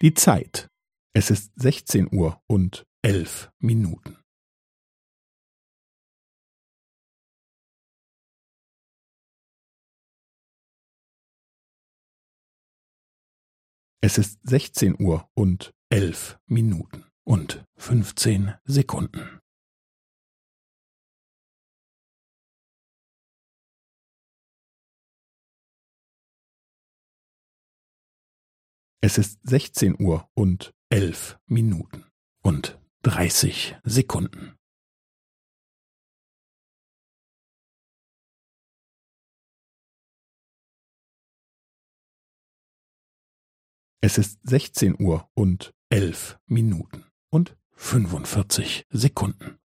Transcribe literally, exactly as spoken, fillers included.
Die Zeit. Es ist sechzehn Uhr und elf Minuten. Es ist sechzehn Uhr und elf Minuten und fünfzehn Sekunden. Es ist sechzehn Uhr und elf Minuten und dreißig Sekunden. Es ist sechzehn Uhr und elf Minuten und fünfundvierzig Sekunden.